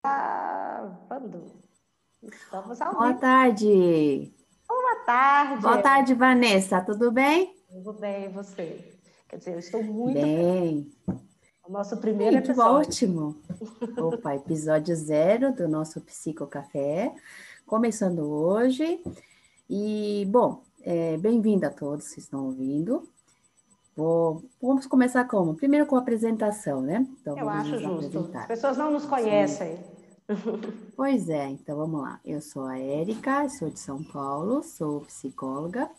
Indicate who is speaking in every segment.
Speaker 1: Gravando. Estamos ao
Speaker 2: Boa
Speaker 1: vivo.
Speaker 2: tarde.
Speaker 1: Boa tarde.
Speaker 2: Boa tarde, Vanessa. Tudo bem?
Speaker 1: Tudo bem, e você? Quer dizer, eu estou muito feliz.
Speaker 2: Bem.
Speaker 1: O nosso primeiro
Speaker 2: Tudo
Speaker 1: episódio.
Speaker 2: ótimo. Opa, episódio 0 do nosso Psicocafé, começando hoje. E, bom, bem-vindo a todos que estão ouvindo. Vamos começar como? Primeiro com a apresentação, né? Então,
Speaker 1: Eu
Speaker 2: vamos
Speaker 1: acho
Speaker 2: nos
Speaker 1: justo. As
Speaker 2: apresentar.
Speaker 1: pessoas não nos conhecem.
Speaker 2: Pois é, então vamos lá. Eu sou a Érica, sou de São Paulo, sou psicóloga.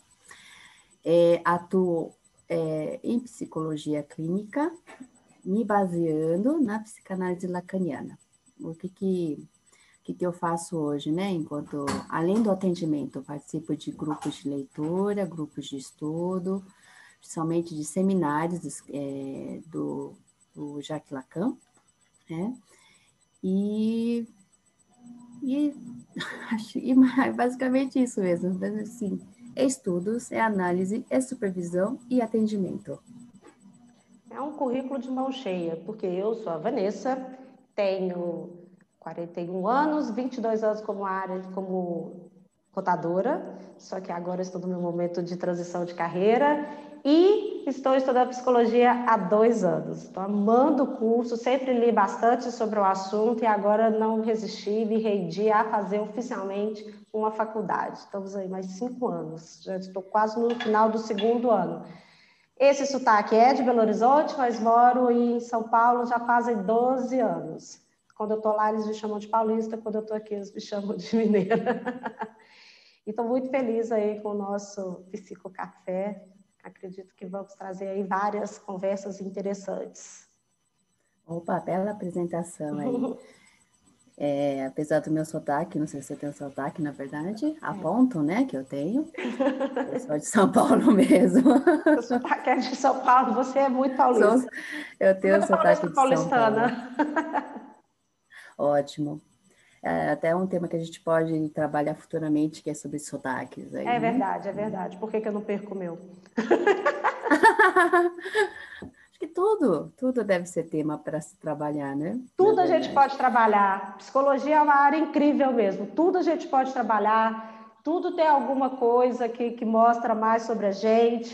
Speaker 2: Atuo em psicologia clínica, me baseando na psicanálise lacaniana. O que eu faço hoje, né? Além do atendimento, eu participo de grupos de leitura, grupos de estudo, principalmente de seminários do Jacques Lacan, né? E, e, e basicamente isso mesmo, mas, assim, é estudos, é análise, é supervisão e atendimento.
Speaker 1: É um currículo de mão cheia, porque eu sou a Vanessa, tenho 41 anos, 22 anos como contadora, só que agora estou no meu momento de transição de carreira e estou estudando psicologia há 2 anos. Estou amando o curso, sempre li bastante sobre o assunto e agora não resisti, me rendi a fazer oficialmente uma faculdade. Estamos aí mais 5 anos, já estou quase no final do 2º ano. Esse sotaque é de Belo Horizonte, mas moro em São Paulo já fazem 12 anos. Quando eu estou lá, eles me chamam de paulista, quando eu estou aqui, eles me chamam de mineira. E estou muito feliz aí com o nosso Psicocafé. Acredito que vamos trazer aí várias conversas interessantes.
Speaker 2: Opa, bela apresentação aí. Apesar do meu sotaque, não sei se você tem um sotaque, na verdade, apontam, né, que eu tenho. Eu sou de São Paulo mesmo.
Speaker 1: O sotaque é de São Paulo, você é muito paulista.
Speaker 2: Eu tenho o
Speaker 1: Muito paulista
Speaker 2: sotaque de São Paulo.
Speaker 1: paulistana.
Speaker 2: Ótimo. Até um tema que a gente pode trabalhar futuramente, que é sobre sotaques aí,
Speaker 1: É
Speaker 2: né?
Speaker 1: verdade, é verdade. Por que eu não perco o meu?
Speaker 2: Acho que tudo deve ser tema para se trabalhar, né? Na
Speaker 1: Tudo a gente
Speaker 2: verdade.
Speaker 1: pode trabalhar. Psicologia é uma área incrível mesmo. Tudo a gente pode trabalhar. Tudo tem alguma coisa que mostra mais sobre a gente.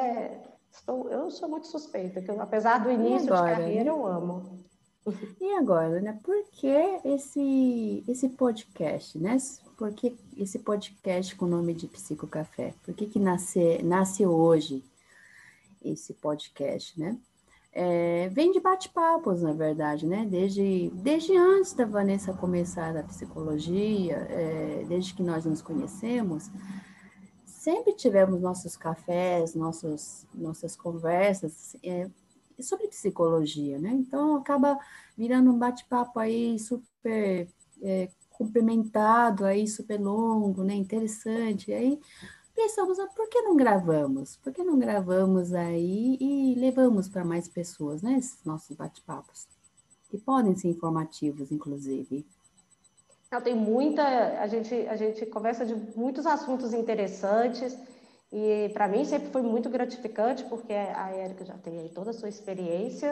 Speaker 1: Eu sou muito suspeita, que apesar do
Speaker 2: E
Speaker 1: início de
Speaker 2: agora,
Speaker 1: carreira,
Speaker 2: né?
Speaker 1: eu amo.
Speaker 2: E agora, né? Por que esse podcast, né? Por que esse podcast com o nome de Psicocafé? Por que nasce hoje esse podcast, né? Vem de bate-papos, na verdade, né? Desde antes da Vanessa começar a psicologia, desde que nós nos conhecemos, sempre tivemos nossos cafés, nossas conversas sobre psicologia, né? Então acaba virando um bate-papo aí super complementado, aí super longo, né? Interessante. E aí pensamos, por que não gravamos? Por que não gravamos aí e levamos para mais pessoas, né? Esses nossos bate-papos, que podem ser informativos, inclusive.
Speaker 1: Não, tem muita. A gente conversa de muitos assuntos interessantes. E para mim sempre foi muito gratificante, porque a Érica já tem aí toda a sua experiência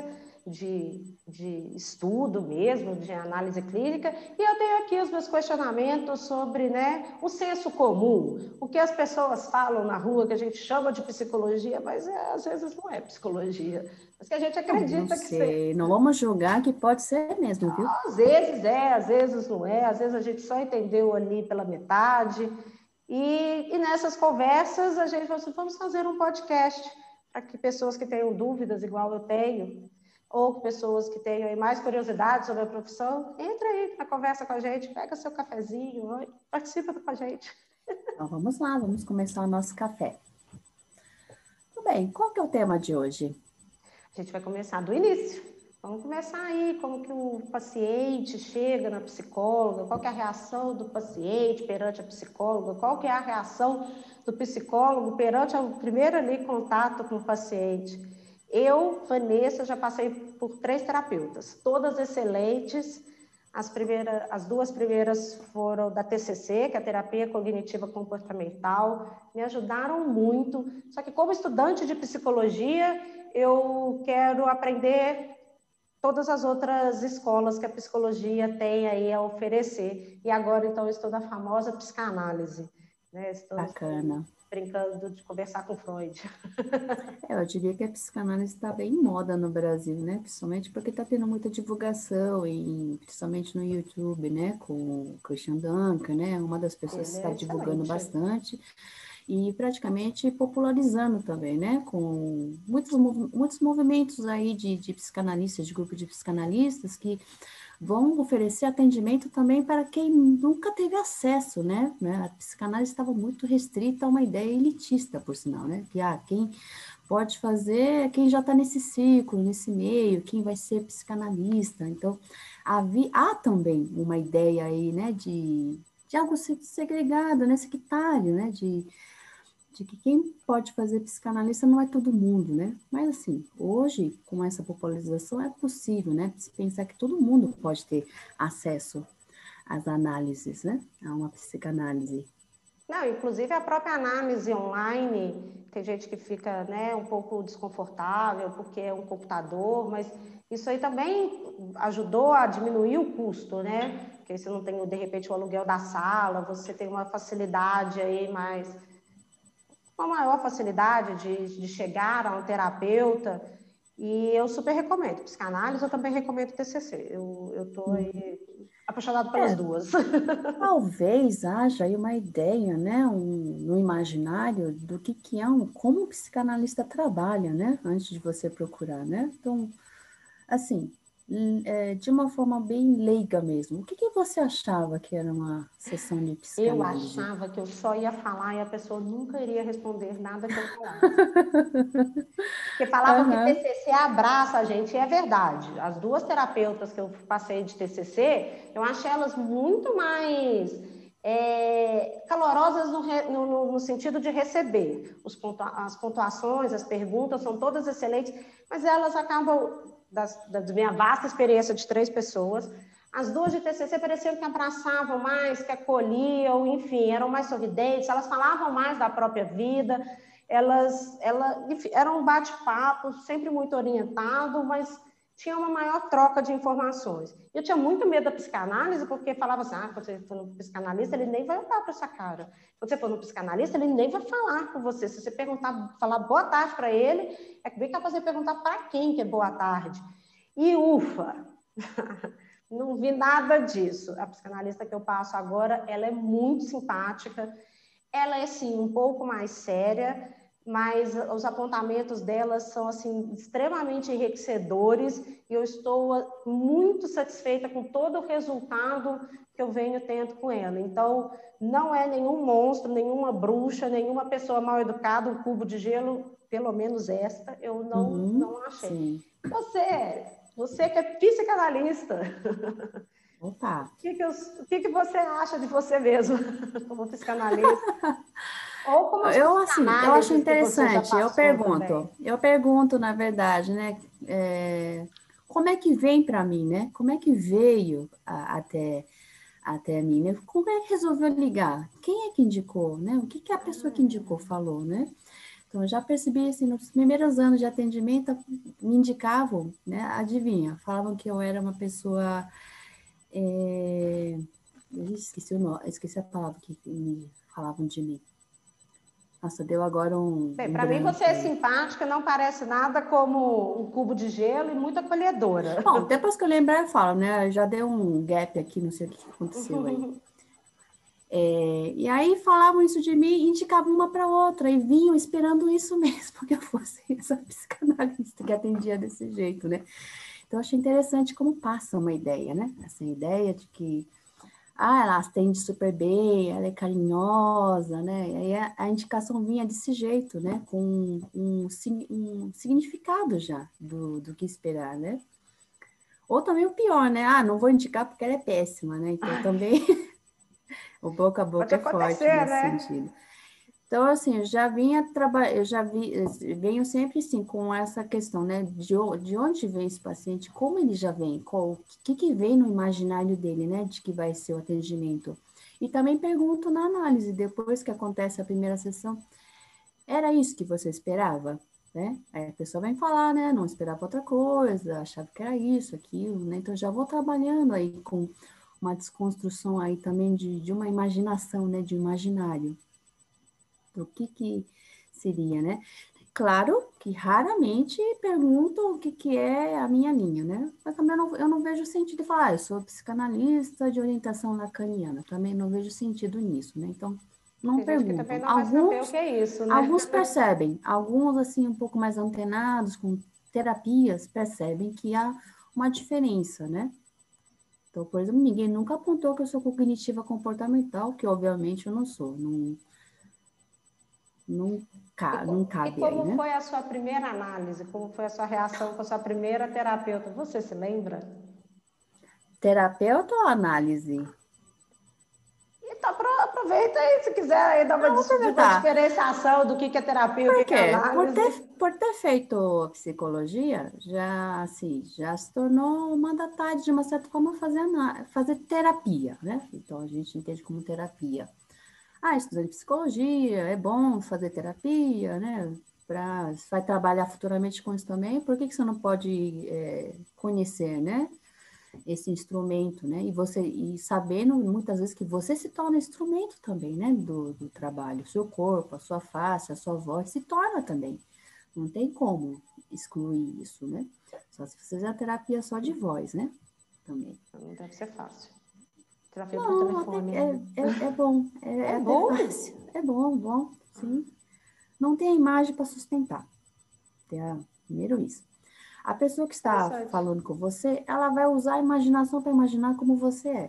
Speaker 1: de estudo mesmo, de análise clínica, e eu tenho aqui os meus questionamentos sobre, né, o senso comum, o que as pessoas falam na rua, que a gente chama de psicologia, mas às vezes não é psicologia, mas que a gente
Speaker 2: Não
Speaker 1: acredita que seja.
Speaker 2: sei, não vamos julgar que pode ser mesmo, viu?
Speaker 1: Às vezes é, às vezes não é, às vezes a gente só entendeu ali pela metade. E nessas conversas a gente falou assim, vamos fazer um podcast para que pessoas que tenham dúvidas, igual eu tenho, ou pessoas que tenham aí mais curiosidade sobre a profissão, entra aí na conversa com a gente, pega seu cafezinho, participa com a gente.
Speaker 2: Então vamos lá, vamos começar o nosso café. Tudo bem, qual que é o tema de hoje?
Speaker 1: A gente vai começar do início. Vamos começar aí, como que o paciente chega na psicóloga, qual que é a reação do paciente perante a psicóloga, qual que é a reação do psicólogo perante o primeiro ali contato com o paciente. Eu, Vanessa, já passei por 3 terapeutas, todas excelentes. As 2 primeiras foram da TCC, que é a terapia cognitiva comportamental, me ajudaram muito. Só que como estudante de psicologia, eu quero aprender todas as outras escolas que a psicologia tem aí a oferecer. E agora, então, eu estou na famosa psicanálise, né? Estamos
Speaker 2: Bacana.
Speaker 1: brincando de conversar com Freud.
Speaker 2: Eu diria que a psicanálise está bem em moda no Brasil, né? Principalmente porque está tendo muita divulgação, principalmente no YouTube, né? Com o Christian Dunker, né? Uma das pessoas que
Speaker 1: Ele
Speaker 2: está
Speaker 1: é
Speaker 2: divulgando
Speaker 1: excelente.
Speaker 2: bastante e praticamente popularizando também, né? Com muitos movimentos aí de psicanalistas, de grupo de psicanalistas que vão oferecer atendimento também para quem nunca teve acesso, né? A psicanálise estava muito restrita a uma ideia elitista, por sinal, né? Que quem pode fazer quem já está nesse ciclo, nesse meio, quem vai ser psicanalista. Então, há também uma ideia aí, né, de algo segregado, né, sectário, né, de que quem pode fazer psicanalista não é todo mundo, né? Mas, assim, hoje, com essa popularização, é possível, né, se pensar que todo mundo pode ter acesso às análises, né, a uma psicanálise.
Speaker 1: Não, inclusive a própria análise online, tem gente que fica, né, um pouco desconfortável porque é um computador, mas isso aí também ajudou a diminuir o custo, né? Porque você não tem, de repente, o aluguel da sala, você tem uma facilidade aí mais, uma maior facilidade de chegar a um terapeuta. E eu super recomendo. Psicanálise, eu também recomendo TCC. Eu tô aí apaixonada pelas
Speaker 2: É,
Speaker 1: duas.
Speaker 2: talvez haja aí uma ideia, né, no imaginário do que é como um psicanalista trabalha, né, antes de você procurar, né? Então, assim, de uma forma bem leiga mesmo, o que você achava que era uma sessão de
Speaker 1: Eu
Speaker 2: psicanálise?
Speaker 1: achava que eu só ia falar e a pessoa nunca iria responder nada que eu falasse. Porque falavam que
Speaker 2: Aham.
Speaker 1: TCC abraça a gente, e é verdade. As duas terapeutas que eu passei de TCC, eu achei elas muito mais calorosas no sentido de receber. As pontuações, as perguntas são todas excelentes, mas elas acabam, da minha vasta experiência de 3 pessoas, as duas de TCC pareciam que abraçavam mais, que acolhiam, enfim, eram mais sorridentes, elas falavam mais da própria vida, enfim, era um bate-papo, sempre muito orientado, mas tinha uma maior troca de informações. Eu tinha muito medo da psicanálise, porque falava assim, quando você for no psicanalista, ele nem vai olhar para essa cara. Quando você for no psicanalista, ele nem vai falar com você. Se você perguntar, falar boa tarde para ele, é bem capaz de perguntar para quem que é boa tarde. E ufa, não vi nada disso. A psicanalista que eu passo agora, ela é muito simpática, ela é, sim, um pouco mais séria, mas os apontamentos dela são, assim, extremamente enriquecedores e eu estou muito satisfeita com todo o resultado que eu venho tendo com ela. Então, não é nenhum monstro, nenhuma bruxa, nenhuma pessoa mal educada, um cubo de gelo, pelo menos esta, eu não achei.
Speaker 2: Sim.
Speaker 1: Você que é psicanalista,
Speaker 2: Opa.
Speaker 1: o que você acha de você mesmo como psicanalista? Ou como as
Speaker 2: Assim, eu acho
Speaker 1: psicanálises que você já
Speaker 2: interessante,
Speaker 1: passou também.
Speaker 2: eu pergunto, na verdade, né, como é que vem para mim, né? Como é que veio até mim, né? Como é que resolveu ligar? Quem é que indicou, né? O que a pessoa que indicou falou, né? Então, eu já percebi, assim, nos primeiros anos de atendimento, me indicavam, né? Adivinha, falavam que eu era uma pessoa, eu esqueci o nome, esqueci a palavra que me falavam de mim. Nossa, deu agora
Speaker 1: Bem,
Speaker 2: um
Speaker 1: para mim você
Speaker 2: branco
Speaker 1: é
Speaker 2: aí.
Speaker 1: simpática, não parece nada como um cubo de gelo e muito acolhedora.
Speaker 2: Bom, depois que eu lembrar, eu falo, né? Já deu um gap aqui, não sei o que aconteceu aí. E aí falavam isso de mim, e indicavam uma para outra, e vinham esperando isso mesmo, que eu fosse essa psicanalista que atendia desse jeito, né? Então, eu achei interessante como passa uma ideia, né? Essa ideia de que, ela atende super bem, ela é carinhosa, né? E aí a indicação vinha desse jeito, né? Com um significado já do que esperar, né? Ou também o pior, né? Não vou indicar porque ela é péssima, né? Então também o boca a
Speaker 1: Pode
Speaker 2: boca é forte
Speaker 1: acontecer,
Speaker 2: nesse
Speaker 1: né?
Speaker 2: sentido. Então, assim, eu já vinha trabalhar, venho sempre assim com essa questão, né? De onde vem esse paciente, como ele já vem, o que vem no imaginário dele, né? De que vai ser o atendimento. E também pergunto na análise, depois que acontece a primeira sessão, era isso que você esperava? né? Aí a pessoa vem falar, né? Não esperava outra coisa, achava que era isso, aquilo, né? Então, já vou trabalhando aí com uma desconstrução aí também de uma imaginação, né? De um imaginário. Do que seria, né? Claro que raramente perguntam o que é a minha linha, né? Mas também eu não vejo sentido de falar, eu sou psicanalista de orientação lacaniana, também não vejo sentido nisso, né? Então, não
Speaker 1: Tem gente que também
Speaker 2: perguntam.
Speaker 1: não vai saber o que é isso, né?
Speaker 2: Alguns percebem, alguns, assim, um pouco mais antenados, com terapias, percebem que há uma diferença, né? Então, por exemplo, ninguém nunca apontou que eu sou cognitiva comportamental, que obviamente eu não sou, não
Speaker 1: E
Speaker 2: cabe aí,
Speaker 1: como
Speaker 2: né?
Speaker 1: foi a sua primeira análise? Como foi a sua reação com a sua primeira terapeuta? Você se lembra?
Speaker 2: Terapeuta ou análise?
Speaker 1: Então, aproveita aí, se quiser aí dar
Speaker 2: Vou
Speaker 1: uma
Speaker 2: aproveitar.
Speaker 1: diferenciação do que é terapia e o
Speaker 2: Por
Speaker 1: que é
Speaker 2: quê?
Speaker 1: análise.
Speaker 2: Por ter feito psicologia, já, assim, já se tornou mandatário, de uma certa forma, fazer terapia, né? Então, a gente entende como terapia. Ah, estudando psicologia, é bom fazer terapia, né? Vai trabalhar futuramente com isso também, por que você não pode conhecer, né? Esse instrumento, né? E sabendo muitas vezes que você se torna instrumento também, né? Do trabalho, o seu corpo, a sua face, a sua voz se torna também. Não tem como excluir isso, né? Só se você fizer a terapia só de voz, né? Também.
Speaker 1: Não deve ser fácil. Terapia por
Speaker 2: Não, até
Speaker 1: telefone,
Speaker 2: que
Speaker 1: né?
Speaker 2: é bom,
Speaker 1: É
Speaker 2: é até
Speaker 1: bom?
Speaker 2: fácil. É bom, bom, sim. Não tem a imagem para sustentar. Primeiro isso. A pessoa que está
Speaker 1: Interessante.
Speaker 2: falando com você, ela vai usar a imaginação para imaginar como você é.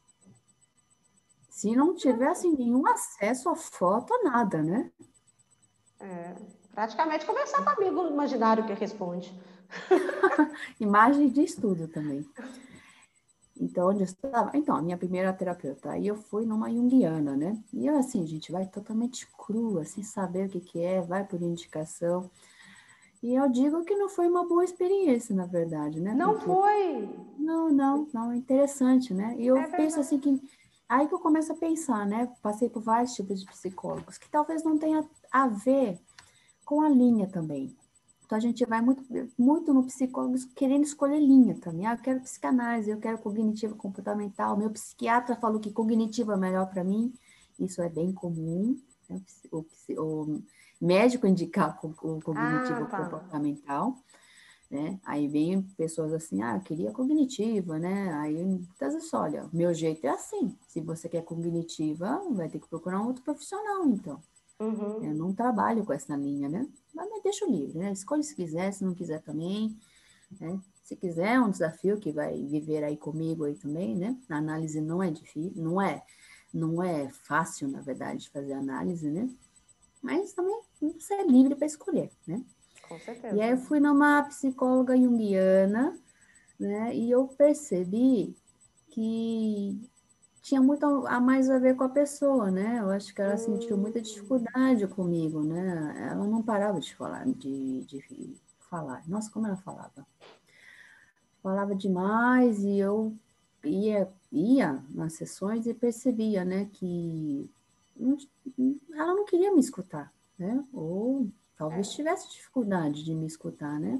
Speaker 2: Se não tiver assim, nenhum acesso a foto, a nada, né?
Speaker 1: É, praticamente conversar com amigo imaginário que responde.
Speaker 2: Imagem de estudo também. Então, onde eu estava? Então, a minha primeira terapeuta, aí eu fui numa junguiana, né? E eu, assim, gente, vai totalmente crua, sem saber o que é, vai por indicação. E eu digo que não foi uma boa experiência, na verdade, né?
Speaker 1: Não
Speaker 2: Porque,
Speaker 1: foi.
Speaker 2: não, é interessante, né? E eu
Speaker 1: É
Speaker 2: penso
Speaker 1: verdade.
Speaker 2: assim que, aí que eu começo a pensar, né? Passei por vários tipos de psicólogos, que talvez não tenha a ver com a linha também. Então, a gente vai muito no psicólogo querendo escolher linha também. Ah, eu quero psicanálise, eu quero cognitivo comportamental. Meu psiquiatra falou que cognitivo é melhor para mim. Isso é bem comum, né? O médico indicar o
Speaker 1: Ah,
Speaker 2: cognitivo
Speaker 1: tá.
Speaker 2: comportamental, né? Aí vem pessoas assim, ah, eu queria cognitiva, né? Aí, muitas vezes, olha, meu jeito é assim. Se você quer cognitiva, vai ter que procurar um outro profissional, então. Eu
Speaker 1: Uhum.
Speaker 2: não trabalho com essa linha, né? Mas me deixo livre, né? Escolhe se quiser, se não quiser também, né? Se quiser, é um desafio que vai viver aí comigo aí também, né? A análise não é difícil, não é fácil, na verdade, de fazer análise, né? Mas também você é livre para escolher, né?
Speaker 1: Com
Speaker 2: E aí
Speaker 1: certeza.
Speaker 2: eu fui numa psicóloga junguiana, né? E eu percebi que tinha muito a mais a ver com a pessoa, né? Eu acho que ela sentiu muita
Speaker 1: Hum.
Speaker 2: dificuldade comigo, né? Ela não parava de falar, de falar. Nossa, como ela falava? Falava demais e eu ia nas sessões e percebia, né, que não- ela não queria me escutar, né? Ou talvez
Speaker 1: É.
Speaker 2: tivesse dificuldade de me escutar, né?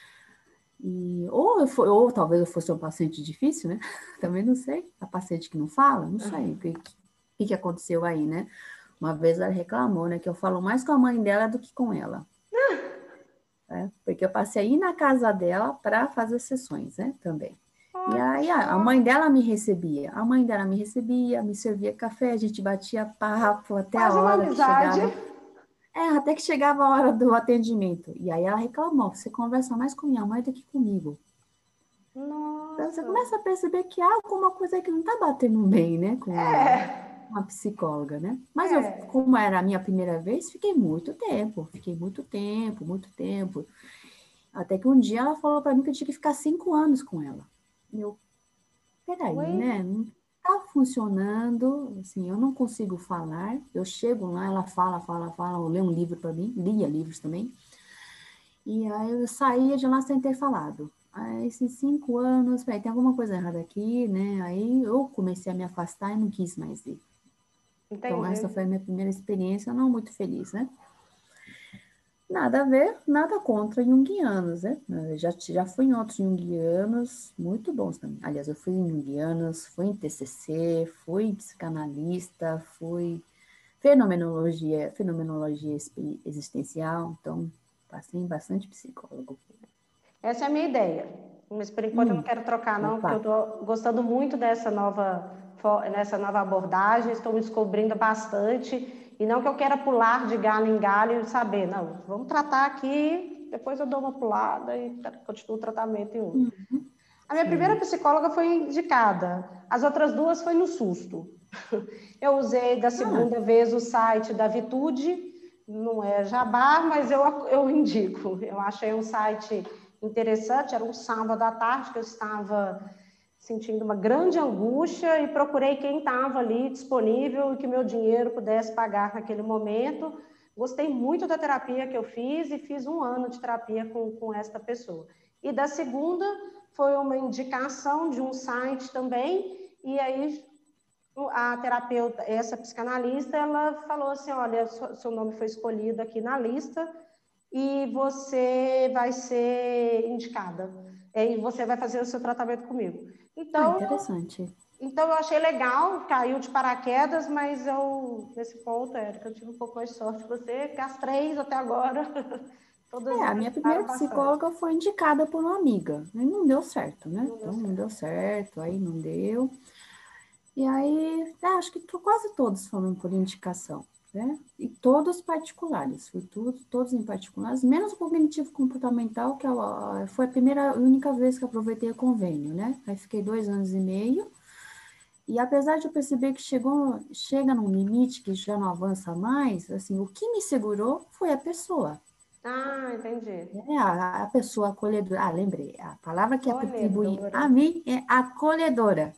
Speaker 2: Ou talvez eu fosse um paciente difícil, né? Também não sei. A paciente que não fala, não sei o que aconteceu aí, né? Uma vez ela reclamou, né? Que eu falo mais com a mãe dela do que com ela. Né? Porque eu passei aí na casa dela para fazer sessões, né? Também. E
Speaker 1: Olha
Speaker 2: aí a
Speaker 1: só.
Speaker 2: mãe dela me recebia. A mãe dela me recebia, me servia café, a gente batia papo até a
Speaker 1: Quase uma
Speaker 2: hora que
Speaker 1: amizade.
Speaker 2: chegava. Até que chegava a hora do atendimento. E aí ela reclamou: você conversa mais com minha mãe do que comigo. Então, você
Speaker 1: Nossa.
Speaker 2: começa a perceber que há alguma coisa que não está batendo bem, né, com
Speaker 1: É.
Speaker 2: uma psicóloga, né? Mas eu,
Speaker 1: É.
Speaker 2: como era a minha primeira vez, fiquei muito tempo. Até que um dia ela falou para mim que eu tinha que ficar 5 anos com ela. Eu, peraí,
Speaker 1: Oi?
Speaker 2: né? Não tá funcionando, assim, eu não consigo falar. Eu chego lá, ela fala, eu leio um livro para mim, lia livros também. E aí eu saía de lá sem ter falado. Aí, esses 5 anos, tem alguma coisa errada aqui, né? Aí eu comecei a me afastar e não quis mais ir. Então,
Speaker 1: Entendi.
Speaker 2: essa foi a minha primeira experiência, não muito feliz, né? Nada a ver, nada contra junguianos, né? Eu já fui em outros junguianos muito bons também. Aliás, eu fui em junguianos, fui em TCC, fui em psicanalista, fui fenomenologia existencial, então passei em bastante psicólogo.
Speaker 1: Essa é a minha ideia. Mas por enquanto eu não quero trocar, não, porque
Speaker 2: Opa,
Speaker 1: eu estou gostando muito nessa nova abordagem, estou me descobrindo bastante. E não que eu queira pular de galho em galho e saber, não, vamos tratar aqui, depois eu dou uma pulada e continuo o tratamento em outro. A minha primeira
Speaker 2: sim.
Speaker 1: psicóloga foi indicada, as outras duas foi no susto. Eu usei da
Speaker 2: Ah,
Speaker 1: segunda vez o site da Vitude, não é jabá, mas eu indico. Eu achei um site interessante, era um sábado à tarde que eu estava sentindo uma grande angústia e procurei quem estava ali disponível e que meu dinheiro pudesse pagar naquele momento. Gostei muito da terapia que eu fiz e fiz 1 ano de terapia com esta pessoa. E da segunda foi uma indicação de um site também, e aí a terapeuta, essa psicanalista, ela falou assim, olha, seu nome foi escolhido aqui na lista e você vai ser indicada. E você vai fazer o seu tratamento comigo.
Speaker 2: interessante.
Speaker 1: Então eu achei legal, caiu de paraquedas, mas nesse ponto, Érica, eu tive um pouco mais de sorte que você, que as 3 até agora, todas
Speaker 2: A
Speaker 1: me
Speaker 2: minha primeira
Speaker 1: ajudaram bastante.
Speaker 2: psicóloga foi indicada por uma amiga, aí não deu certo, né?
Speaker 1: Não deu
Speaker 2: Então não deu
Speaker 1: certo.
Speaker 2: certo, aí não deu. E aí, acho que quase todos foram por indicação, né? E todos particulares, foi tudo, todos em particulares, menos o cognitivo comportamental, que foi a primeira e única vez que eu aproveitei o convênio, né? Aí fiquei 2 anos e meio, e apesar de eu perceber que chega num limite que já não avança mais, assim, o que me segurou foi a pessoa.
Speaker 1: Ah, entendi.
Speaker 2: A pessoa acolhedora. Ah, lembrei. A palavra que atribui
Speaker 1: Acolhedora.
Speaker 2: a mim é acolhedora.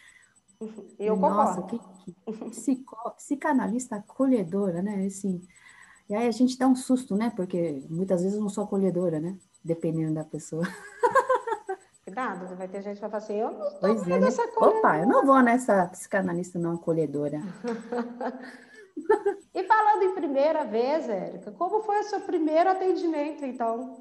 Speaker 1: E eu
Speaker 2: E, nossa,
Speaker 1: concordo.
Speaker 2: que psicanalista acolhedora, né? Assim, e aí a gente dá um susto, né? Porque muitas vezes eu não sou acolhedora, né? Dependendo da pessoa.
Speaker 1: Cuidado, vai ter gente que vai falar assim, eu não estou
Speaker 2: Pois é,
Speaker 1: mais
Speaker 2: né?
Speaker 1: essa
Speaker 2: Opa, eu não
Speaker 1: acolhedora.
Speaker 2: vou nessa psicanalista não acolhedora.
Speaker 1: E falando em primeira vez, Érica, como foi o seu primeiro atendimento, então?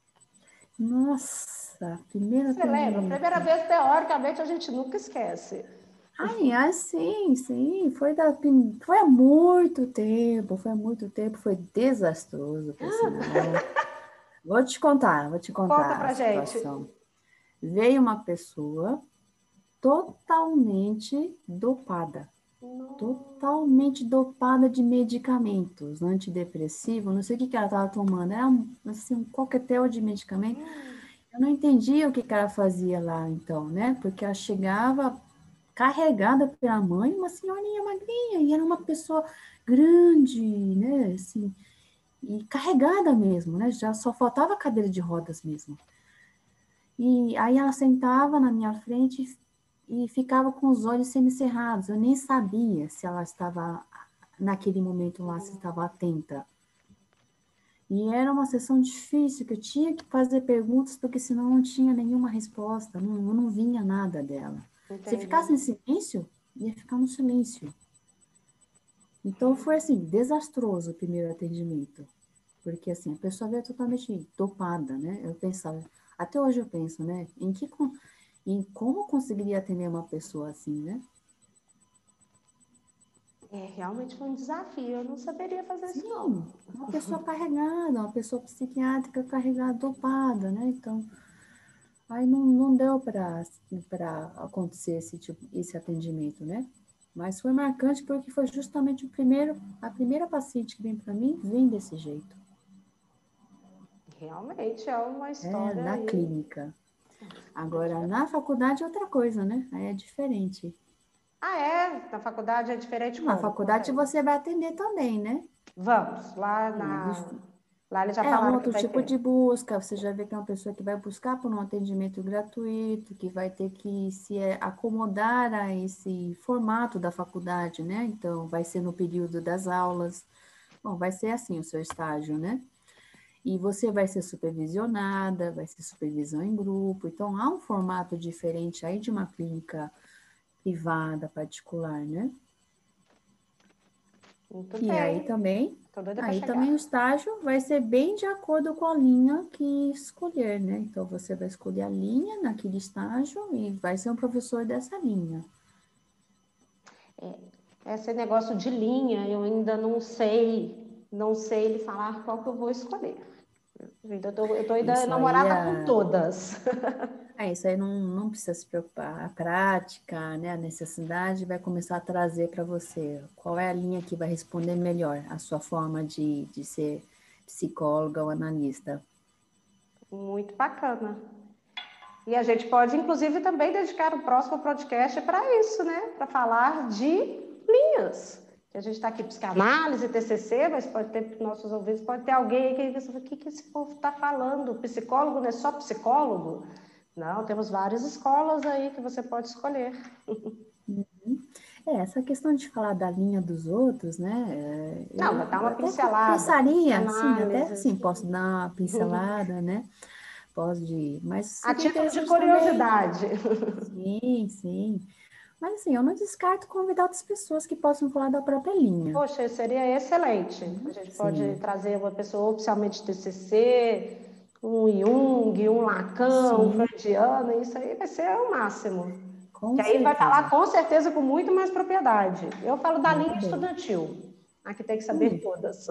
Speaker 2: Nossa, primeiro
Speaker 1: Você lembra? Primeira
Speaker 2: atendimento.
Speaker 1: vez, teoricamente, a gente nunca esquece.
Speaker 2: Ai, sim, sim, foi há muito tempo, foi desastroso, por sinal. Vou te
Speaker 1: Conta
Speaker 2: contar a
Speaker 1: pra gente.
Speaker 2: situação. Veio uma pessoa totalmente dopada,
Speaker 1: Não.
Speaker 2: totalmente dopada de medicamentos, antidepressivo, não sei o que que ela estava tomando, era assim, um coquetel de medicamento. Eu não entendia o que que ela fazia lá, então, né? Porque ela chegava carregada pela mãe, uma senhorinha magrinha, e era uma pessoa grande, né? Assim, e carregada mesmo, né? Já só faltava cadeira de rodas mesmo. E aí ela sentava na minha frente e ficava com os olhos semicerrados. Eu nem sabia se ela estava, naquele momento lá, se estava atenta. E era uma sessão difícil, que eu tinha que fazer perguntas, porque senão não tinha nenhuma resposta, eu não vinha nada dela. Se
Speaker 1: Entendi.
Speaker 2: ficasse em silêncio, ia ficar no silêncio. Então foi assim, desastroso o primeiro atendimento. Porque assim, a pessoa veio totalmente dopada, né? Eu pensava, até hoje eu penso, né? Em como conseguiria atender uma pessoa assim, né?
Speaker 1: Realmente foi um desafio. Eu não saberia fazer isso,
Speaker 2: Sim,
Speaker 1: não.
Speaker 2: uma pessoa carregada, uma pessoa psiquiátrica carregada, dopada, né? Então, aí não deu para acontecer esse atendimento, né? Mas foi marcante porque foi justamente a primeira paciente que vem para mim, vem desse jeito,
Speaker 1: Realmente é uma
Speaker 2: né?
Speaker 1: história
Speaker 2: Na
Speaker 1: aí.
Speaker 2: clínica. Agora, na faculdade é outra coisa, né? Aí é diferente.
Speaker 1: Ah, é? Na faculdade é diferente
Speaker 2: Na
Speaker 1: como? Conta
Speaker 2: faculdade
Speaker 1: aí.
Speaker 2: você vai atender também, né?
Speaker 1: Vamos, lá eles já
Speaker 2: Um
Speaker 1: falaram que
Speaker 2: outro
Speaker 1: vai
Speaker 2: tipo
Speaker 1: ter.
Speaker 2: de busca, você já vê que é uma pessoa que vai buscar por um atendimento gratuito, que vai ter que se acomodar a esse formato da faculdade, né? Então, vai ser no período das aulas. Bom, vai ser assim o seu estágio, né? E você vai ser supervisionada, vai ser supervisão em grupo. Então, há um formato diferente aí de uma clínica privada, particular, né?
Speaker 1: Muito
Speaker 2: E aí
Speaker 1: bem.
Speaker 2: também,
Speaker 1: Tô doida para
Speaker 2: aí também o
Speaker 1: chegar.
Speaker 2: estágio vai ser bem de acordo com a linha que escolher, né? Então você vai escolher a linha naquele estágio e vai ser um professor dessa linha.
Speaker 1: Esse negócio de linha, eu ainda não sei lhe falar qual que eu vou escolher. Eu tô ainda
Speaker 2: Isso aí,
Speaker 1: namorada com todas.
Speaker 2: isso aí não precisa se preocupar. A prática, né, a necessidade vai começar a trazer para você qual é a linha que vai responder melhor a sua forma de ser psicóloga ou analista.
Speaker 1: Muito bacana. E a gente pode, inclusive, também dedicar o próximo podcast para isso, né? Para falar de linhas. Que a gente está aqui, psicanálise, TCC, mas pode ter, nossos ouvintes, pode ter alguém aí que diz, o que esse povo está falando? Psicólogo não é só psicólogo? Não, temos várias escolas aí que você pode escolher.
Speaker 2: Essa questão de falar da linha dos outros, né?
Speaker 1: Não, vai
Speaker 2: Eu
Speaker 1: dar uma
Speaker 2: até
Speaker 1: pincelada,
Speaker 2: pensaria, sim, até
Speaker 1: psicanálise.
Speaker 2: assim, posso dar uma pincelada, né? Mas
Speaker 1: A
Speaker 2: seria
Speaker 1: título de
Speaker 2: interessante também.
Speaker 1: curiosidade.
Speaker 2: Sim, sim. Mas assim, eu não descarto convidar outras pessoas que possam falar da própria linha.
Speaker 1: Poxa, seria excelente. A gente pode
Speaker 2: Sim,
Speaker 1: trazer uma pessoa oficialmente TCC, um Jung, um Lacan, um
Speaker 2: sim,
Speaker 1: Freudiano, isso aí vai ser o máximo. Que
Speaker 2: com
Speaker 1: aí vai falar
Speaker 2: certeza.
Speaker 1: com certeza com muito mais propriedade. Eu falo da
Speaker 2: Muito
Speaker 1: linha
Speaker 2: bem.
Speaker 1: estudantil. Aqui tem que saber
Speaker 2: Hum,
Speaker 1: todas.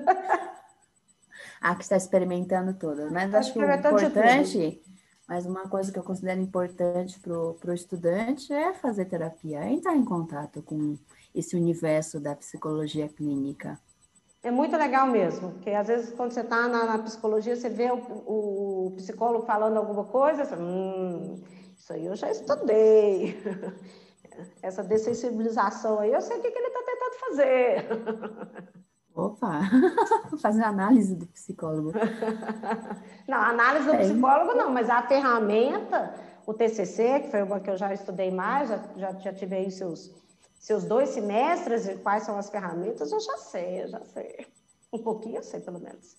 Speaker 2: que está experimentando todas. Mas
Speaker 1: Estou
Speaker 2: acho que o
Speaker 1: experimentando de tudo.
Speaker 2: importante, mas uma coisa que eu considero importante para o estudante é fazer terapia, é entrar em contato com esse universo da psicologia clínica.
Speaker 1: É muito legal mesmo, porque às vezes quando você está na psicologia, você vê o psicólogo falando alguma coisa, você, isso aí eu já estudei. Essa dessensibilização aí, eu sei o que ele está tentando fazer.
Speaker 2: Opa, fazer análise do psicólogo.
Speaker 1: Não, análise do
Speaker 2: Bem,
Speaker 1: psicólogo não, mas a ferramenta, o TCC, que foi uma que eu já estudei mais, já tive aí seus 2 semestres, e quais são as ferramentas, eu já sei. Um pouquinho eu sei, pelo menos.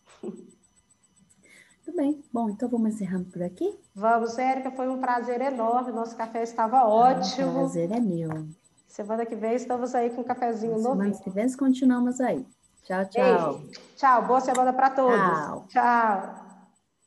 Speaker 2: tudo bem. Bom, então vamos encerrando por aqui.
Speaker 1: Vamos, Érica, foi um prazer enorme, nosso café estava
Speaker 2: O
Speaker 1: ótimo.
Speaker 2: prazer é meu.
Speaker 1: Semana que vem estamos aí com um cafezinho
Speaker 2: Semana
Speaker 1: novinho.
Speaker 2: que vem continuamos aí. Tchau, tchau.
Speaker 1: Beijo, tchau, boa semana para todos.
Speaker 2: Tchau.
Speaker 1: Tchau.